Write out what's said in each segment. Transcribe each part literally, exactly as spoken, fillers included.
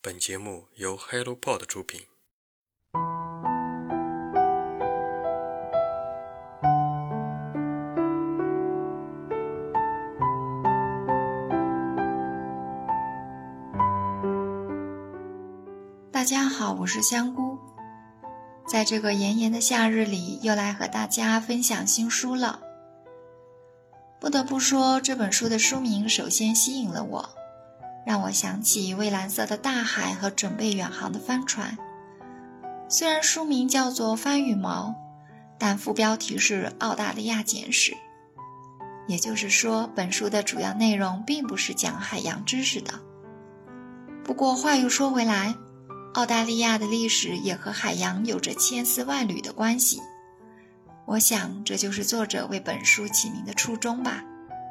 本节目由 HelloPod 出品。 大家好，我是香菇。在这个炎炎的夏日里，又来和大家分享新书了。不得不说，这本书的书名首先吸引了我，让我想起蔚蓝色的大海和准备远航的帆船。虽然书名叫做《帆羽毛》，但副标题是澳大利亚简史。也就是说，本书的主要内容并不是讲海洋知识的。不过话又说回来，澳大利亚的历史也和海洋有着千丝万缕的关系。我想这就是作者为本书起名的初衷吧。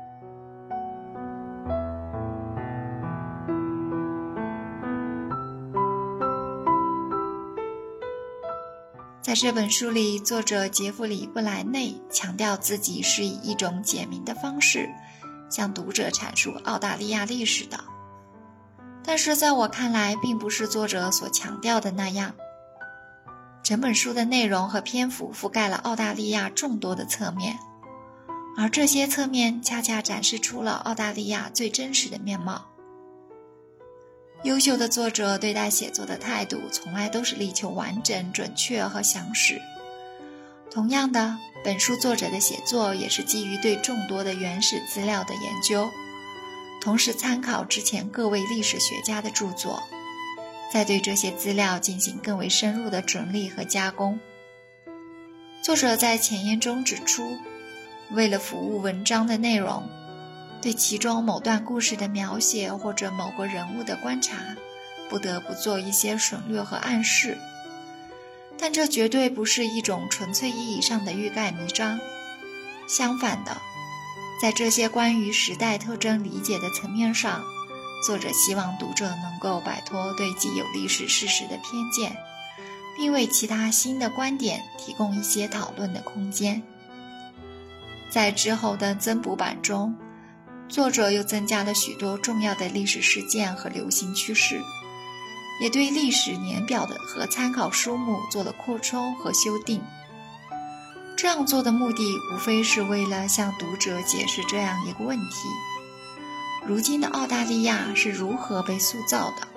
在这本书里，作者杰弗里·布莱内强调自己是以一种简明的方式向读者阐述澳大利亚历史的。但是在我看来，并不是作者所强调的那样。整本书的内容和篇幅覆盖了澳大利亚众多的侧面，而这些侧面恰恰展示出了澳大利亚最真实的面貌。优秀的作者对待写作的态度从来都是力求完整、准确和详实。同样的，本书作者的写作也是基于对众多的原始资料的研究，同时参考之前各位历史学家的著作，再对这些资料进行更为深入的整理和加工。作者在前言中指出，为了服务文章的内容，对其中某段故事的描写或者某个人物的观察，不得不做一些省略和暗示。但这绝对不是一种纯粹意义上的欲盖弥彰。相反的，在这些关于时代特征理解的层面上，作者希望读者能够摆脱对既有历史事实的偏见，并为其他新的观点提供一些讨论的空间。在之后的增补版中，作者又增加了许多重要的历史事件和流行趋势，也对历史年表的和参考书目做了扩充和修订。这样做的目的无非是为了向读者解释这样一个问题：如今的澳大利亚是如何被塑造的？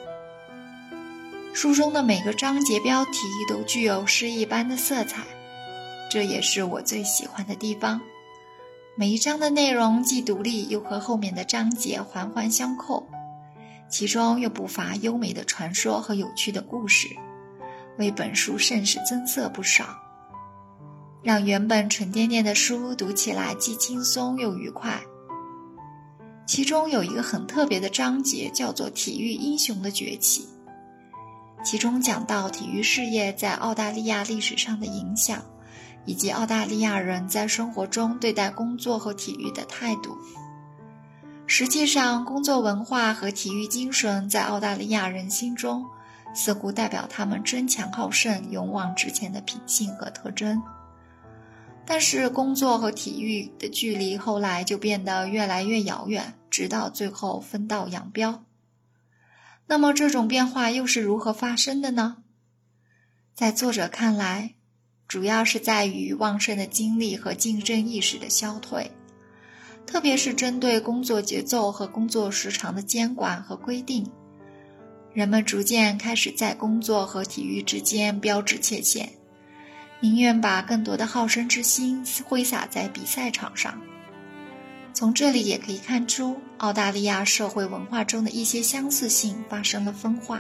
书中的每个章节标题都具有诗一般的色彩，这也是我最喜欢的地方。每一章的内容既独立，又和后面的章节环环相扣，其中又不乏优美的传说和有趣的故事，为本书甚是增色不少，让原本沉甸甸的书读起来既轻松又愉快。其中有一个很特别的章节，叫做体育英雄的崛起，其中讲到体育事业在澳大利亚历史上的影响，以及澳大利亚人在生活中对待工作和体育的态度。实际上，工作文化和体育精神在澳大利亚人心中似乎代表他们争强好胜、勇往直前的品性和特征。但是工作和体育的距离后来就变得越来越遥远，直到最后分道扬镳。那么这种变化又是如何发生的呢？在作者看来，主要是在于旺盛的精力和竞争意识的消退，特别是针对工作节奏和工作时长的监管和规定，人们逐渐开始在工作和体育之间标志切线，宁愿把更多的好胜之心挥洒在比赛场上。从这里也可以看出，澳大利亚社会文化中的一些相似性发生了分化。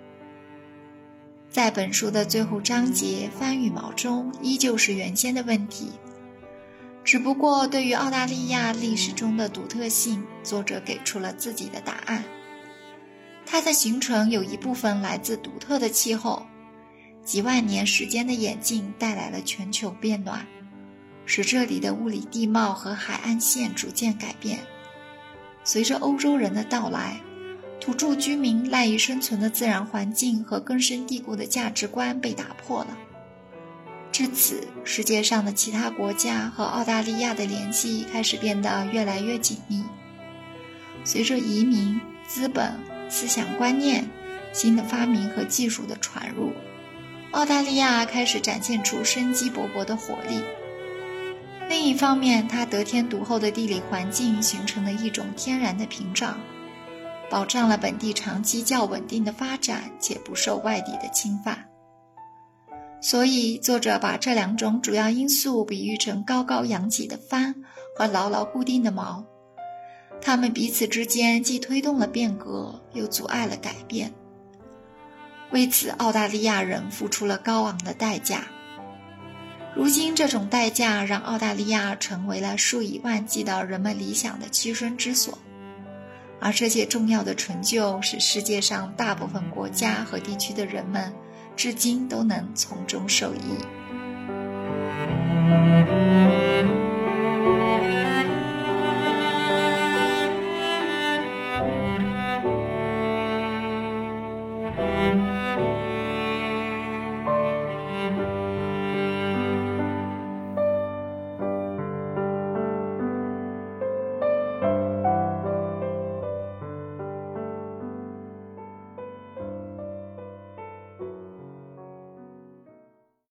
在本书的最后章节《帆羽毛》中，依旧是原先的问题，只不过对于澳大利亚历史中的独特性，作者给出了自己的答案。它的形成有一部分来自独特的气候，几万年时间的演进带来了全球变暖，使这里的物理地貌和海岸线逐渐改变。随着欧洲人的到来，土著居民赖以生存的自然环境和根深蒂固的价值观被打破了。至此，世界上的其他国家和澳大利亚的联系开始变得越来越紧密。随着移民、资本、思想观念、 新的发明和技术的传入，澳大利亚开始展现出生机勃勃的活力。另一方面，它得天独厚的地理环境形成了一种天然的屏障，保障了本地长期较稳定的发展且不受外地的侵犯。所以作者把这两种主要因素比喻成高高扬起的帆和牢牢固定的锚，它们彼此之间既推动了变革，又阻碍了改变。为此，澳大利亚人付出了高昂的代价。如今，这种代价让澳大利亚成为了数以万计的人们理想的栖身之所，而这些重要的成就使世界上大部分国家和地区的人们至今都能从中受益。